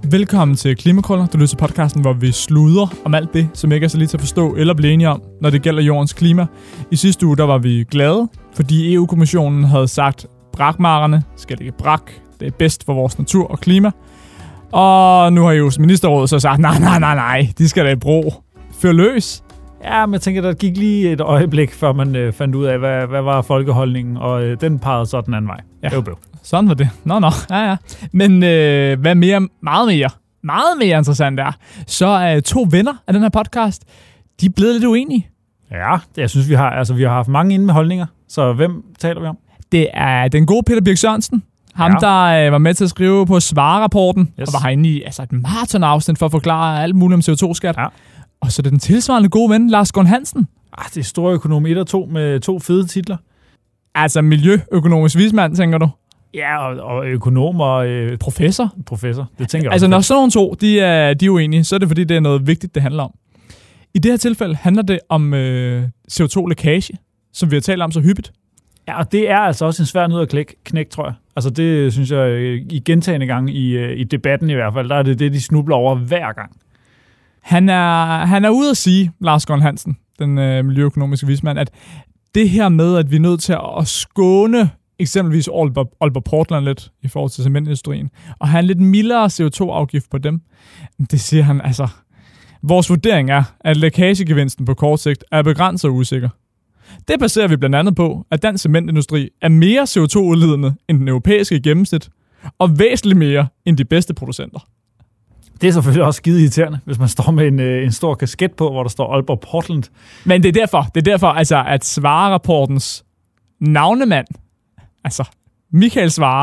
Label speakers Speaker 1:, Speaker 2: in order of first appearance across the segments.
Speaker 1: Velkommen til Klimakrøller. Du lytter til podcasten, hvor vi sluder om alt det, som ikke er så lige til at forstå eller blive enige om, når det gælder jordens klima. I sidste uge der var vi glade, fordi EU-kommissionen havde sagt, brakmarkerne skal ligge brak. Det er bedst for vores natur og klima. Og nu har EU's ministerråd så sagt, nej, de skal da i brug. Før løs.
Speaker 2: Ja, men jeg tænker, der gik lige et øjeblik, før man fandt ud af, hvad var folkeholdningen, og den pegede så den anden vej.
Speaker 1: Ja. Sådan var det. Ja. Men hvad meget mere interessant er, så er to venner af den her podcast, de er blevet lidt uenige.
Speaker 2: Ja, jeg synes, vi har haft mange inde med holdninger, så hvem taler vi om?
Speaker 1: Det er den gode Peter Birch Sørensen, ham der var med til at skrive på Svarerrapporten, og var herinde i et maratonafsnit for at forklare alt muligt om CO2-skat. Ja. Og så er det den tilsvarende gode ven, Lars Gunn Hansen.
Speaker 2: Det er store økonom 1 og 2 med 2 fede titler.
Speaker 1: Altså miljøøkonomisk vismand, tænker du?
Speaker 2: Ja, og økonom og
Speaker 1: professor.
Speaker 2: Det tænker jeg
Speaker 1: altså, når sådan nogle to, de er uenige, så er det fordi, det er noget vigtigt, det handler om. I det her tilfælde handler det om CO2-lækage, som vi har talt om så hyppigt.
Speaker 2: Ja, og det er altså også en svær nød at knække, tror jeg. Altså det synes jeg i gentagne gange i debatten i hvert fald, der er det, de snubler over hver gang.
Speaker 1: Han er ude at sige, Lars Gunn Hansen, den miljøøkonomiske vismand, at det her med, at vi er nødt til at skåne eksempelvis Aalborg Portland lidt i forhold til cementindustrien, og have en lidt mildere CO2-afgift på dem, det siger han altså. Vores vurdering er, at lækagegevinsten på kort sigt er begrænset og usikker. Det baserer vi blandt andet på, at dansk cementindustri er mere CO2-udledende end den europæiske i gennemsnit, og væsentligt mere end de bedste producenter.
Speaker 2: Det er selvfølgelig også skide irriterende, hvis man står med en stor kasket på, hvor der står Aalborg Portland.
Speaker 1: Men det er derfor altså, at Svarerrapportens navnemand, altså Michael Svarer,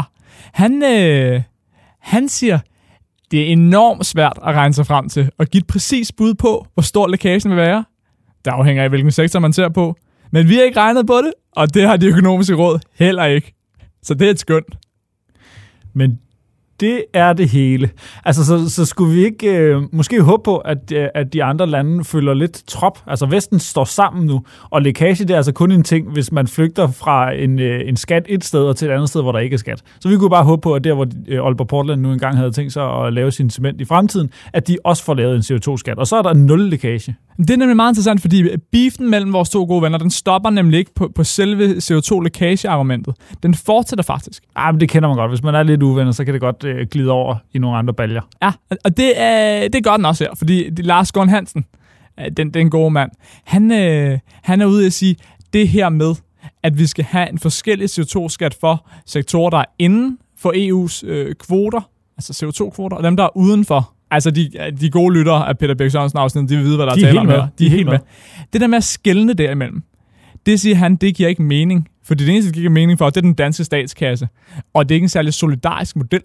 Speaker 1: han siger, det er enormt svært at regne sig frem til og give et præcis bud på, hvor stor lækagen vil være. Det afhænger af, hvilken sektor man ser på. Men vi har ikke regnet på det, og det har de økonomiske råd heller ikke. Så det er et skønt.
Speaker 2: Men det er det hele. Altså, så skulle vi ikke måske håbe på, at de andre lande følger lidt trop. Altså, Vesten står sammen nu, og lækage, det er altså kun en ting, hvis man flygter fra en skat et sted og til et andet sted, hvor der ikke er skat. Så vi kunne bare håbe på, at der, hvor Aalborg Portland nu engang havde tænkt sig at lave sin cement i fremtiden, at de også får lavet en CO2-skat. Og så er der 0 lækage.
Speaker 1: Det er nemlig meget interessant, fordi beefen mellem vores to gode venner, den stopper nemlig ikke på selve CO2-lækage-argumentet. Den fortsætter faktisk.
Speaker 2: Men det kender man godt. Hvis man er lidt uvenner, så kan det godt glide over i nogle andre baljer.
Speaker 1: Ja, og det gør den også her, fordi Lars Gunn Hansen, den gode mand, han er ude at sige, det her med, at vi skal have en forskellig CO2-skat for sektorer, der er inden for EU's kvoter, altså CO2-kvoter, og dem, der er udenfor. Altså, de gode lyttere af Peter Birch Sørensen afsnit, de ved, hvad der er tale om her. De er helt med. Det der med at skelne derimellem, det siger han, det giver ikke mening. Fordi det eneste, det giver mening for, det er den danske statskasse. Og det er ikke en særlig solidarisk model.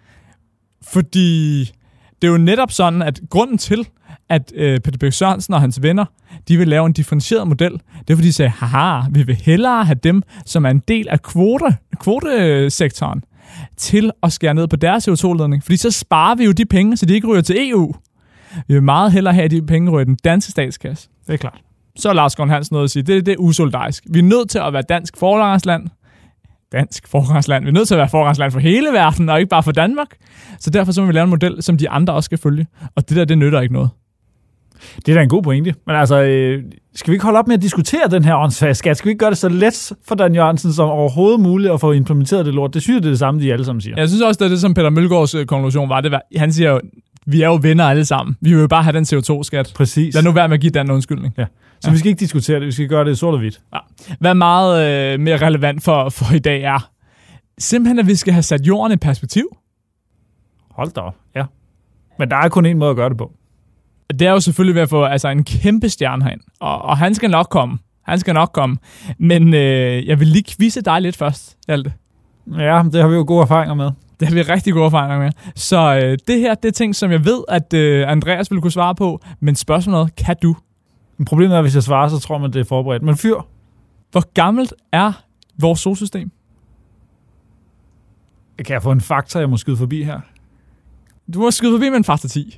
Speaker 1: Fordi det er jo netop sådan, at grunden til, at Peter Birch Sørensen og hans venner, de vil lave en differentieret model, det er fordi, de sagde, vi vil hellere have dem, som er en del af kvotesektoren, til at skære ned på deres CO2-ledning. Fordi så sparer vi jo de penge, så de ikke ryger til EU. Vi vil meget hellere have, at de penge ryger i den danske statskasse.
Speaker 2: Det er klart.
Speaker 1: Så er Lars Gunn Hansen noget at sige, det er usolidarisk. Vi er nødt til at være dansk foregangsland. Vi er nødt til at være foregangsland for hele verden, og ikke bare for Danmark. Så derfor så må vi lave en model, som de andre også skal følge. Og det nytter ikke noget.
Speaker 2: Det er da en god pointe. Men altså, skal vi ikke holde op med at diskutere den her åndssvage skat? Skal vi ikke gøre det så let for Dan Jørgensen som overhovedet muligt at få implementeret det lort? Det synes jeg, det er det samme, de alle sammen siger.
Speaker 1: Jeg synes også, det er det, som Peter Mølgaards konklusion var. Han siger jo, vi er jo venner alle sammen. Vi vil jo bare have den CO2-skat.
Speaker 2: Præcis.
Speaker 1: Lad nu være med at give den undskyldning.
Speaker 2: Ja. Så vi skal ikke diskutere det, vi skal gøre det sort og hvidt.
Speaker 1: Ja. Hvad meget mere relevant for i dag er simpelthen, at vi skal have sat jorden i perspektiv.
Speaker 2: Hold da op, ja. Men der er kun en måde at gøre det på.
Speaker 1: Det er jo selvfølgelig ved at få en kæmpe stjerne herind. Og han skal nok komme. Men jeg vil lige quizze dig lidt først, Hjalte.
Speaker 2: Ja, det har vi jo gode erfaringer med.
Speaker 1: Det har vi rigtig gode erfaringer med. Så det her, det er ting, som jeg ved, at Andreas ville kunne svare på. Men spørgsmålet, kan du?
Speaker 2: Problemet er, at hvis jeg svarer, så tror man, det er forberedt. Men fyr.
Speaker 1: Hvor gammelt er vores solsystem?
Speaker 2: Kan jeg få en faktor, jeg må skyde forbi her?
Speaker 1: Du må skyde forbi med en faktor 10.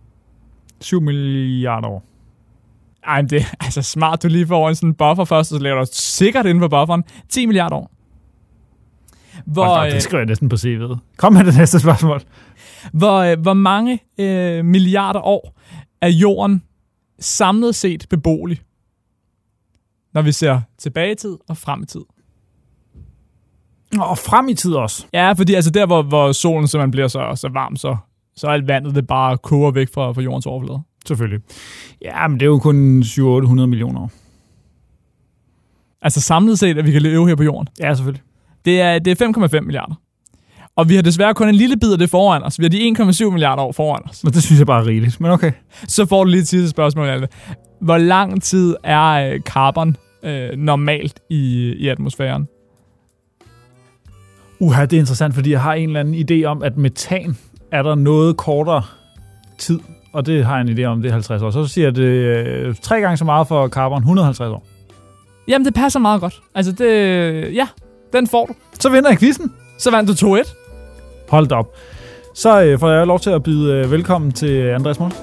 Speaker 2: 7 milliarder år.
Speaker 1: Ej, men det er altså smart, du lige får en sådan buffer først, og så laver du sikkert inden for bufferen 10 milliarder år.
Speaker 2: Det skriver jeg næsten på CV'et. Kom med det næste spørgsmål.
Speaker 1: Hvor mange milliarder år er jorden samlet set beboelig, når vi ser tilbage i tid og frem i tid?
Speaker 2: Og frem i tid også.
Speaker 1: Ja, fordi altså der, hvor solen simpelthen bliver så varm, så alt vandet det bare koger væk fra jordens overflade.
Speaker 2: Selvfølgelig. Ja, men det er jo kun 700-800 millioner år.
Speaker 1: Altså samlet set, at vi kan leve her på jorden.
Speaker 2: Ja, selvfølgelig.
Speaker 1: Det er 5,5 milliarder. Og vi har desværre kun en lille bid af det foran os. Vi har de 1,7 milliarder år foran os.
Speaker 2: Men det synes jeg bare er rigeligt, men okay.
Speaker 1: Så får du lige et sidste spørgsmål, Alve. Hvor lang tid er carbon normalt i atmosfæren?
Speaker 2: Det er interessant, fordi jeg har en eller anden idé om, at metan er der noget kortere tid, og det har jeg en idé om, det er 50 år. Så siger jeg det 3 gange så meget for carbon, 150 år.
Speaker 1: Jamen, det passer meget godt. Altså, den får du.
Speaker 2: Så vinder jeg quizzen.
Speaker 1: Så vandt du 2-1.
Speaker 2: Hold da op. Så får jeg lov til at byde velkommen til Andreas Mols.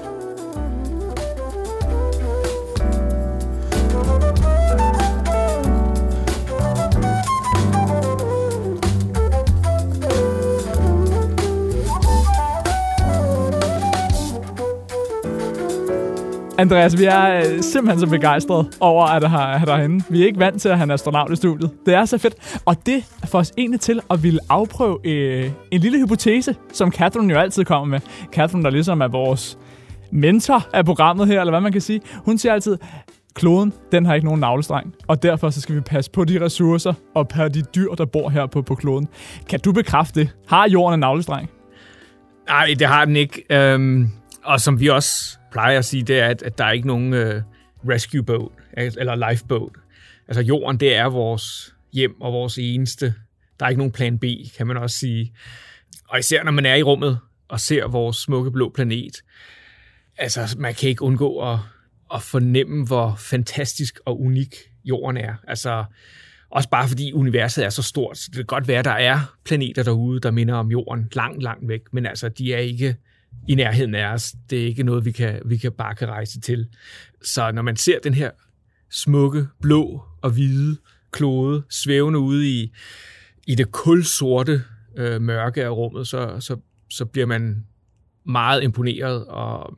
Speaker 1: Andreas, vi er simpelthen så begejstrede over, at han er herinde. Vi er ikke vant til, at han er astronaut i studiet. Det er så fedt. Og det får os egentlig til at ville afprøve en lille hypotese, som Catherine jo altid kommer med. Catherine, der ligesom er vores mentor af programmet her, eller hvad man kan sige. Hun siger altid, kloden, den har ikke nogen navlestreng. Og derfor så skal vi passe på de ressourcer og på de dyr, der bor her på kloden. Kan du bekræfte det? Har jorden en navlestreng?
Speaker 3: Nej, det har den ikke. Og som vi også plejer at sige, det er, at der er ikke nogen rescue boat, eller lifeboat. Altså jorden, det er vores hjem og vores eneste. Der er ikke nogen plan B, kan man også sige. Og især når man er i rummet og ser vores smukke blå planet, altså man kan ikke undgå at fornemme, hvor fantastisk og unik jorden er. Altså også bare fordi universet er så stort, så det kan godt være, at der er planeter derude, der minder om jorden langt, langt væk, men altså de er ikke i nærheden af os. Det er ikke noget, vi kan bare kan rejse til. Så når man ser den her smukke, blå og hvide klode svævende ude i det kulsorte mørke af rummet, så bliver man meget imponeret, og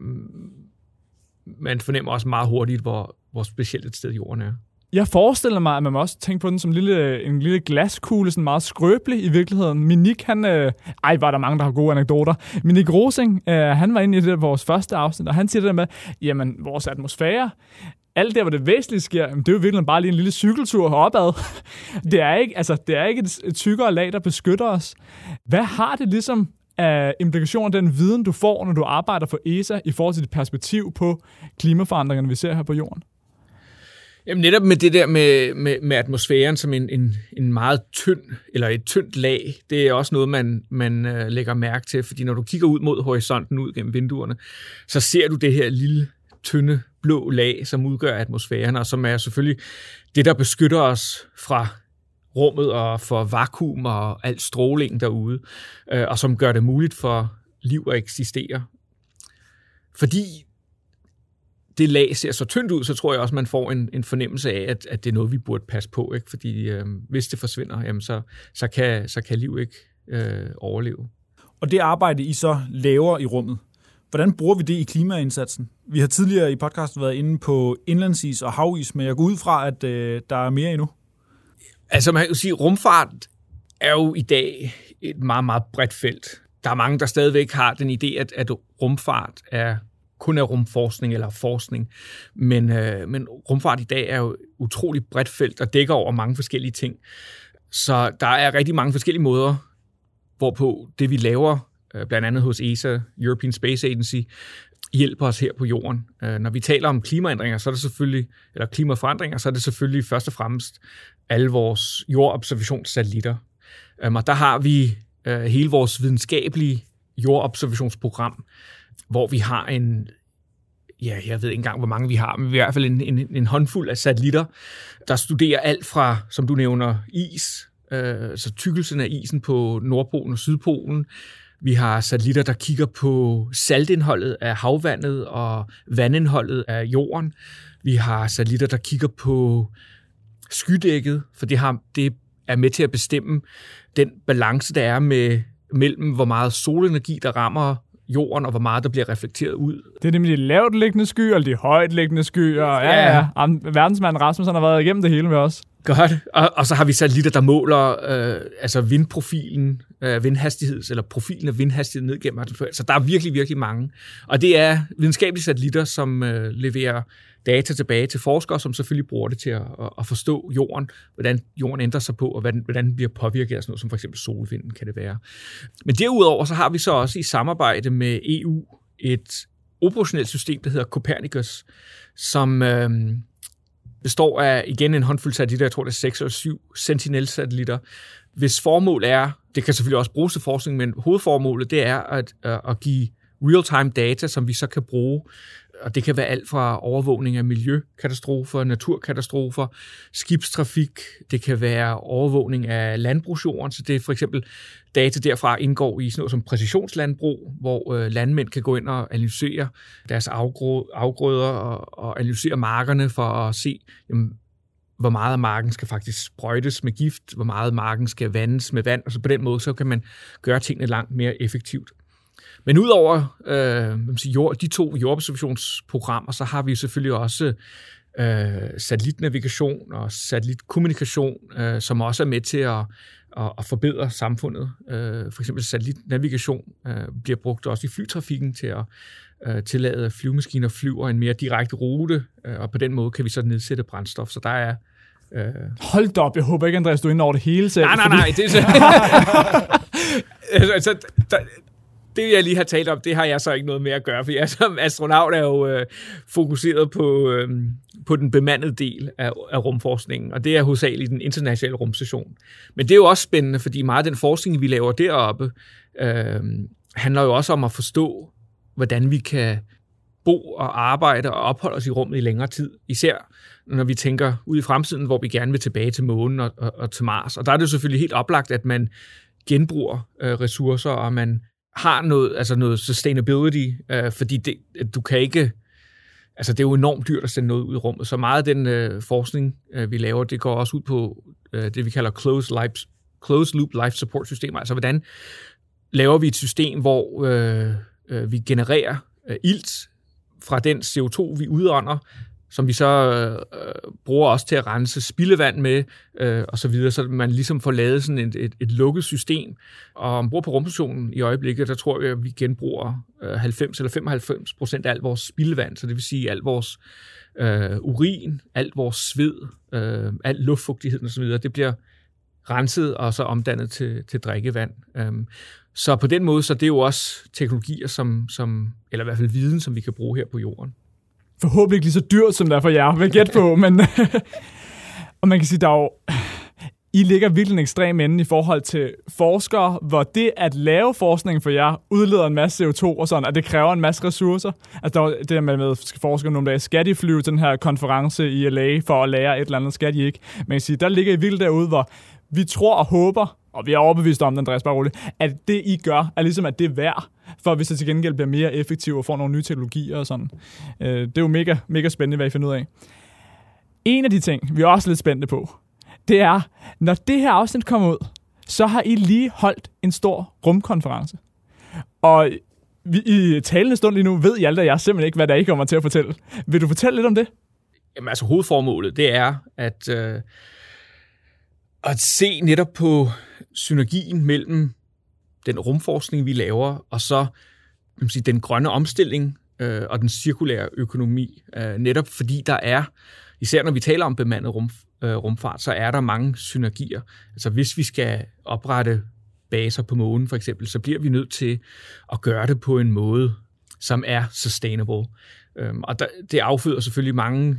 Speaker 3: man fornemmer også meget hurtigt, hvor specielt et sted jorden er.
Speaker 1: Jeg forestiller mig, at man må også tænke på den som en lille glaskugle, sådan meget skrøbelig i virkeligheden. Minik, var der mange, der har gode anekdoter. Minik Rosing, han var inde i det vores første afsnit, og han siger det der med, jamen, vores atmosfære, alt der, hvor det væsentlige sker, det er jo virkelig bare lige en lille cykeltur heropad. Det er ikke et tykkere lag, der beskytter os. Hvad har det ligesom af implikationer, den viden, du får, når du arbejder for ESA, i forhold til dit perspektiv på klimaforandringerne, vi ser her på jorden?
Speaker 3: Jamen netop med det der med atmosfæren som en meget tynd, eller et tyndt lag, det er også noget, man lægger mærke til, fordi når du kigger ud mod horisonten, ud gennem vinduerne, så ser du det her lille, tynde, blå lag, som udgør atmosfæren, og som er selvfølgelig det, der beskytter os fra rummet og for vakuum og alt stråling derude, og som gør det muligt for liv at eksistere. Fordi det lag ser så tyndt ud, så tror jeg også, man får en fornemmelse af, at det er noget, vi burde passe på, ikke? Fordi hvis det forsvinder, jamen så kan liv ikke overleve.
Speaker 2: Og det arbejde, I så laver i rummet, hvordan bruger vi det i klimaindsatsen? Vi har tidligere i podcasten været inde på indlandsis og havis, men jeg går ud fra, at der er mere endnu.
Speaker 3: Altså man kan sige, rumfart er jo i dag et meget, meget bredt felt. Der er mange, der stadigvæk har den idé, at rumfart kun er rumforskning eller forskning. Men rumfart i dag er jo et utroligt bredt felt og dækker over mange forskellige ting. Så der er rigtig mange forskellige måder, hvorpå det vi laver, blandt andet hos ESA, European Space Agency, hjælper os her på jorden. Når vi taler om klimaforandringer, så er det selvfølgelig først og fremmest alle vores jordobservationssatellitter. Og der har vi hele vores videnskabelige jordobservationsprogram, hvor vi har jeg ved ikke engang, hvor mange vi har, men vi har i hvert fald en håndfuld af satellitter, der studerer alt fra, som du nævner, is, så tykkelsen af isen på Nordpolen og Sydpolen. Vi har satellitter, der kigger på saltindholdet af havvandet og vandindholdet af jorden. Vi har satellitter, der kigger på skydækket, for det er med til at bestemme den balance, der er mellem hvor meget solenergi, der rammer jorden, og hvor meget der bliver reflekteret ud.
Speaker 1: Det er nemlig de lavt liggende skyer, eller de højt liggende skyer. Ja. Verdensmanden Rasmussen har været igennem det hele med os.
Speaker 3: Godt. Og så har vi satellitter, der måler vindprofilen, vindhastigheds, eller profilen af vindhastighed ned gennem atmosfæren. Så der er virkelig, virkelig mange. Og det er videnskabelige satellitter, som leverer data tilbage til forskere, som selvfølgelig bruger det til at forstå jorden, hvordan jorden ændrer sig på, og hvordan den bliver påvirket af sådan noget, som for eksempel solvinden kan det være. Men derudover så har vi så også i samarbejde med EU et operationelt system, der hedder Copernicus, som består af igen en håndfuld satellitter, jeg tror det er 6 eller 7 Sentinel-satellitter, hvis formål er, det kan selvfølgelig også bruges til forskning, men hovedformålet det er at give real-time data, som vi så kan bruge, og det kan være alt fra overvågning af miljøkatastrofer, naturkatastrofer, skibstrafik, det kan være overvågning af landbrugsjorden, så det er for eksempel data derfra indgår i sådan noget som præcisionslandbrug, hvor landmænd kan gå ind og analysere deres afgrøder og analysere markerne for at se, jamen, hvor meget af marken skal faktisk sprøjtes med gift, hvor meget af marken skal vandes med vand, og så på den måde så kan man gøre tingene langt mere effektivt. Men udover de 2 jordobservationsprogrammer, så har vi selvfølgelig også satellitnavigation og satellitkommunikation, som også er med til at forbedre samfundet. For eksempel satellitnavigation bliver brugt også i flytrafikken til at tillade, at flyvemaskiner flyver en mere direkte rute, og på den måde kan vi så nedsætte brændstof. Så der er
Speaker 1: Hold da op, jeg håber ikke, Andreas, du er inde over det hele selv.
Speaker 3: Nej, det er så... Det, jeg lige har talt om, det har jeg så ikke noget med at gøre, for jeg som astronaut er jo fokuseret på den bemandede del af rumforskningen, og det er hovedsageligt den internationale rumstation. Men det er jo også spændende, fordi meget af den forskning, vi laver deroppe, handler jo også om at forstå, hvordan vi kan bo og arbejde og opholde os i rummet i længere tid, især når vi tænker ud i fremtiden, hvor vi gerne vil tilbage til månen og til Mars. Og der er det jo selvfølgelig helt oplagt, at man genbruger ressourcer, og man har noget sustainability, fordi du kan ikke, altså det er jo enormt dyrt at sende noget ud i rummet, så meget af den forskning, vi laver, det går også ud på det, vi kalder closed loop life support systemer, altså hvordan laver vi et system, hvor vi genererer ilt fra den CO2, vi udånder, som vi så bruger også til at rense spildevand med, og så videre, så man ligesom får lavet sådan et lukket system. Og ombord på rumstationen i øjeblikket, der tror jeg, at vi genbruger 90 eller 95% af alt vores spildevand, så det vil sige alt vores urin, alt vores sved, alt luftfugtigheden og så videre, det bliver renset og så omdannet til drikkevand. Så på den måde, så det er jo også teknologier, som eller i hvert fald viden, som vi kan bruge her på jorden.
Speaker 1: Forhåbentlig ikke lige så dyrt, som der er for jer, vil gætte på, men og man kan sige, der er jo, I ligger virkelig en ekstrem ende i forhold til forskere, hvor det at lave forskning for jer udleder en masse CO2 og sådan, og det kræver en masse ressourcer. Altså der er det der med, at forskere nogle dage, skal de flyve til den her konference i LA for at lære et eller andet, skal de ikke. Man kan sige, der ligger I virkelig derude, hvor vi tror og håber, og vi er overbevist om, Andreas, bare roligt, at det I gør, er ligesom at det er værd, for hvis det til gengæld bliver mere effektivt og får nogle nye teknologier og sådan. Det er jo mega, mega spændende, hvad I finder ud af. En af de ting, vi er også lidt spændte på, det er, når det her afsnit kommer ud, så har I lige holdt en stor rumkonference. Og i talende stund lige nu ved I alt, at jeg simpelthen ikke, hvad der I kommer til at fortælle. Vil du fortælle lidt om det?
Speaker 3: Jamen altså hovedformålet, det er at se netop på synergien mellem den rumforskning, vi laver, og så den grønne omstilling og den cirkulære økonomi. Netop fordi der er, især når vi taler om bemandet rumfart, så er der mange synergier. Altså hvis vi skal oprette baser på månen for eksempel, så bliver vi nødt til at gøre det på en måde, som er sustainable. Og det afføder selvfølgelig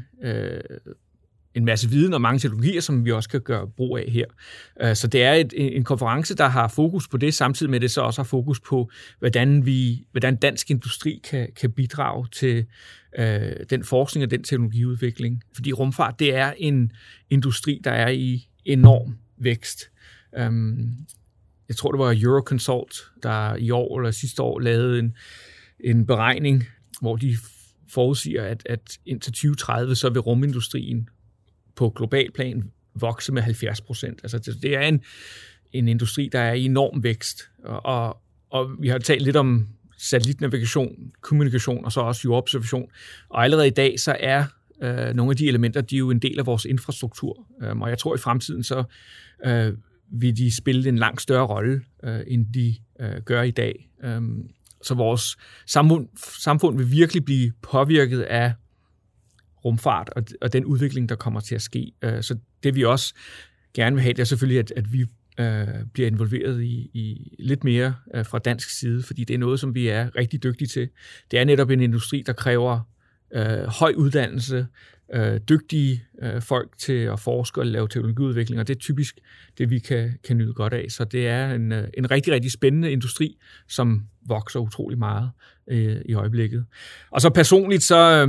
Speaker 3: en masse viden og mange teknologier, som vi også kan gøre brug af her. Så det er en konference, der har fokus på det, samtidig med det så også har fokus på, hvordan dansk industri kan bidrage til den forskning og den teknologiudvikling. Fordi rumfart, det er en industri, der er i enorm vækst. Jeg tror, det var Euroconsult, der i år eller sidste år lavede en beregning, hvor de forudsiger, at indtil 2030, så vil rumindustrien på global plan vokse med 70%. Altså det er en industri, der er i enorm vækst, og vi har talt lidt om satellitnavigation, kommunikation og så også jordobservation. Og allerede i dag, så er nogle af de elementer, de er jo en del af vores infrastruktur. Og jeg tror i fremtiden, så vil de spille en langt større rolle, end de gør i dag. Så vores samfund vil virkelig blive påvirket af rumfart og den udvikling, der kommer til at ske. Så det vi også gerne vil have, det er selvfølgelig, at vi bliver involveret i lidt mere fra dansk side, fordi det er noget, som vi er rigtig dygtige til. Det er netop en industri, der kræver høj uddannelse, dygtige folk til at forske og lave teknologiudvikling, og det er typisk det, vi kan nyde godt af. Så det er en rigtig, rigtig spændende industri, som vokser utrolig meget i øjeblikket. Og så personligt,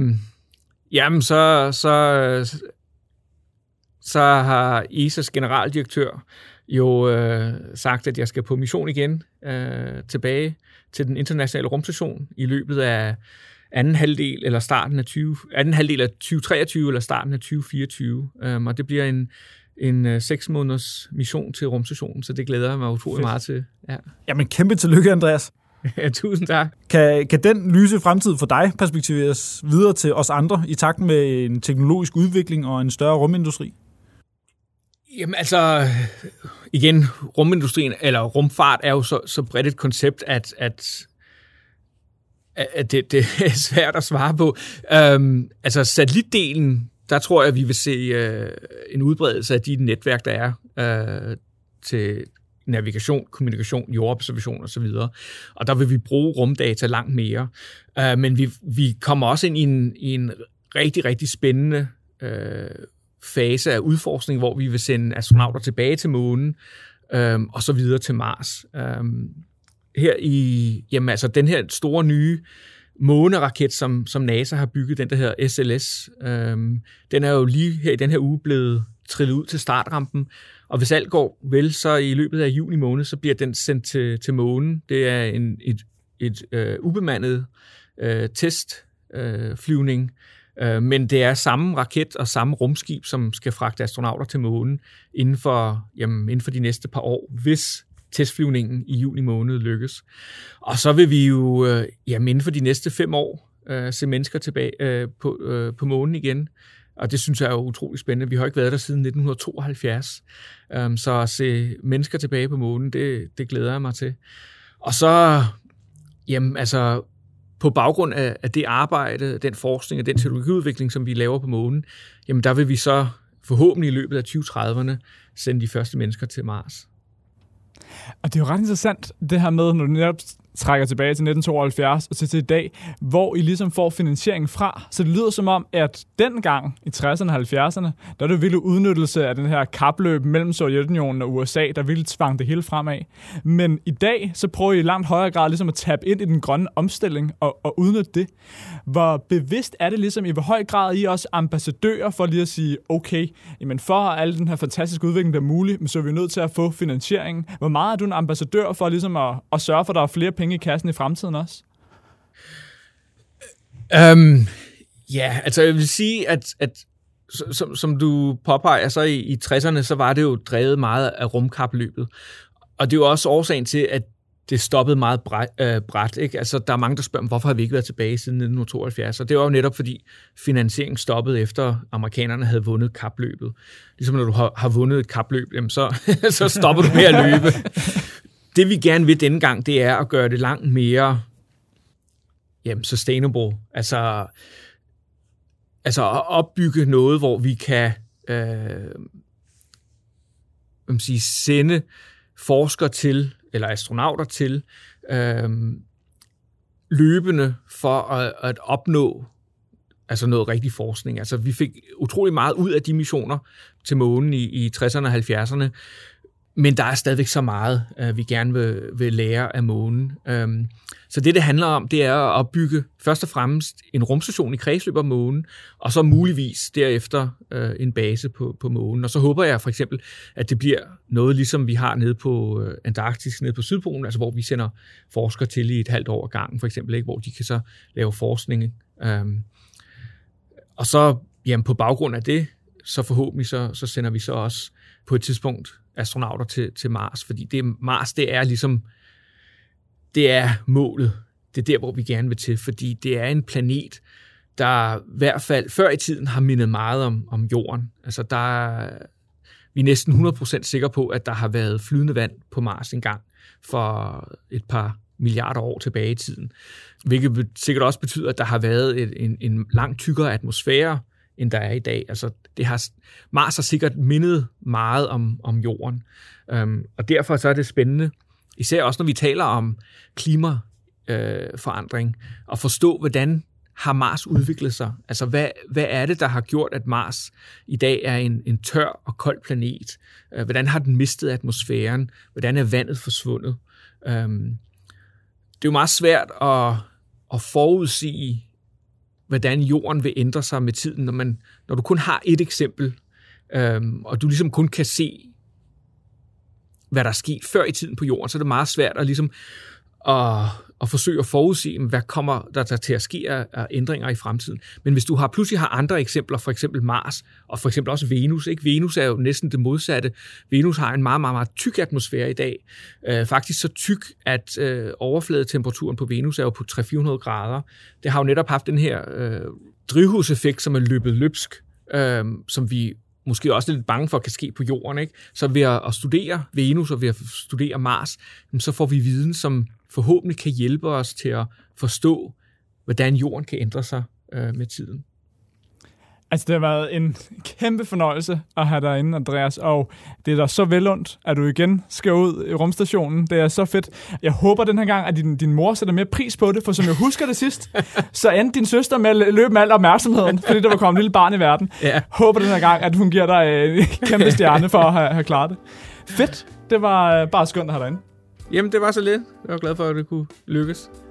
Speaker 3: så har ESA's generaldirektør jo sagt, at jeg skal på mission igen tilbage til den internationale rumstation i løbet af anden halvdel af 2023 eller starten af 2024. Og det bliver en 6 måneders mission til rumstationen, så det glæder jeg mig utrolig meget til. Ja.
Speaker 2: Jamen kæmpe tillykke, Andreas.
Speaker 3: Ja, tusind tak.
Speaker 2: Kan den lyse fremtid for dig perspektiveres videre til os andre i takt med en teknologisk udvikling og en større rumindustri?
Speaker 3: Jamen altså, igen, rumindustrien eller rumfart er jo så bredt et koncept, at det er svært at svare på. Altså satellitdelen, der tror jeg, at vi vil se en udbredelse af de netværk, der er til navigation, kommunikation, jordobservation osv. Og der vil vi bruge rumdata langt mere. Men vi kommer også ind i en rigtig, rigtig spændende fase af udforskning, hvor vi vil sende astronauter tilbage til månen og så videre til Mars. Den her store nye måneraket, som NASA har bygget, den der hedder SLS, den er jo lige her i den her uge blevet trillet ud til startrampen, og hvis alt går vel, så i løbet af juni måned, så bliver den sendt til månen. Det er et ubemandet testflyvning, men det er samme raket og samme rumskib, som skal fragte astronauter til månen inden for de næste par år, hvis testflyvningen i juni måned lykkes. Og så vil vi jo inden for de næste 5 år se mennesker tilbage på månen igen. Og det synes jeg er jo utrolig spændende. Vi har ikke været der siden 1972. Så at se mennesker tilbage på månen, det glæder jeg mig til. Og så, på baggrund af det arbejde, den forskning og den teknologiudvikling, som vi laver på månen, der vil vi så forhåbentlig i løbet af 2030'erne sende de første mennesker til Mars.
Speaker 1: Og det er jo ret interessant, det her med, når du netop trækker tilbage til 1972 og til i dag, hvor I ligesom får finansieringen fra. Så det lyder som om, at dengang i 60'erne og 70'erne, der er det virkelig udnyttelse af den her kapløb mellem Sovjetunionen og USA, der virkelig tvang det hele fremad. Men i dag, så prøver I i langt højere grad ligesom at tabe ind i den grønne omstilling og udnytte det. Hvor bevidst er det ligesom, i hvor høj grad I også ambassadører for lige at sige, okay, jamen for al den her fantastiske udvikling, der er mulig, så er vi nødt til at få finansieringen. Hvor meget er du en ambassadør for ligesom at sørge for, at der er flere penge i kassen i fremtiden også?
Speaker 3: Jeg vil sige, at som du påpeger, så i 60'erne, så var det jo drevet meget af rumkapløbet. Og det er jo også årsagen til, at det stoppede meget brat. Ikke? Altså, der er mange, der spørger, hvorfor har vi ikke været tilbage siden 1972? Og det var jo netop, fordi finansieringen stoppede efter amerikanerne havde vundet kapløbet. Ligesom når du har vundet et kapløb, så stopper du med at løbe. Det vi gerne vil denne gang, det er at gøre det langt mere sustainable. Altså at opbygge noget, hvor vi kan sende forskere til, eller astronauter til, løbende for at opnå noget rigtig forskning. Altså vi fik utrolig meget ud af de missioner til månen i 60'erne og 70'erne, men der er stadigvæk så meget, vi gerne vil lære af månen. Så det handler om, det er at opbygge først og fremmest en rumstation i kredsløb om månen, og så muligvis derefter en base på månen. Og så håber jeg for eksempel, at det bliver noget, ligesom vi har nede på Antarktis, nede på Sydpolen, altså hvor vi sender forskere til i et halvt år ad gangen, for eksempel, ikke, hvor de kan så lave forskning. Og så på baggrund af det, så forhåbentlig så sender vi så også på et tidspunkt astronauter til Mars, fordi Mars, det er ligesom, det er målet. Det er der, hvor vi gerne vil til, fordi det er en planet, der i hvert fald før i tiden har mindet meget om Jorden. Altså vi er næsten 100% sikre på, at der har været flydende vand på Mars engang for et par milliarder år tilbage i tiden. Hvilket sikkert også betyder, at der har været en langt tykkere atmosfære, end der er i dag. Altså, Mars har sikkert mindet meget om Jorden. Og derfor så er det spændende, især også når vi taler om klimaforandring, at forstå, hvordan har Mars udviklet sig? Altså, hvad er det, der har gjort, at Mars i dag er en tør og kold planet? Hvordan har den mistet atmosfæren? Hvordan er vandet forsvundet? Det er jo meget svært at forudsige, hvordan jorden vil ændre sig med tiden, når du kun har et eksempel, og du ligesom kun kan se, hvad der er sket før i tiden på jorden, så er det meget svært at ligesom at forsøge at forudse, hvad kommer der til at ske af ændringer i fremtiden. Men hvis du pludselig har andre eksempler, for eksempel Mars, og for eksempel også Venus. Ikke? Venus er jo næsten det modsatte. Venus har en meget, meget, meget tyk atmosfære i dag. Faktisk så tyk, at overfladetemperaturen på Venus er jo på 300-400 grader. Det har jo netop haft den her drivhuseffekt, som er løbet løbsk, som vi måske også lidt bange for, kan ske på jorden. Ikke? Så ved at studere Venus og ved at studere Mars, så får vi viden, som forhåbentlig kan hjælpe os til at forstå, hvordan jorden kan ændre sig med tiden.
Speaker 1: Altså, det har været en kæmpe fornøjelse at have dig inde, Andreas, og det er da så velundt, at du igen skal ud i rumstationen. Det er så fedt. Jeg håber den her gang, at din mor sætter mere pris på det, for som jeg husker det sidst, så endte din søster med at løbe med al opmærksomheden, fordi der var kommet en lille barn i verden.
Speaker 3: Ja.
Speaker 1: Håber den her gang, at hun giver dig en kæmpe stjerne for at have klaret det. Fedt. Det var bare skønt at have dig inde.
Speaker 3: Jamen, det var så lidt. Jeg var glad for, at det kunne lykkes.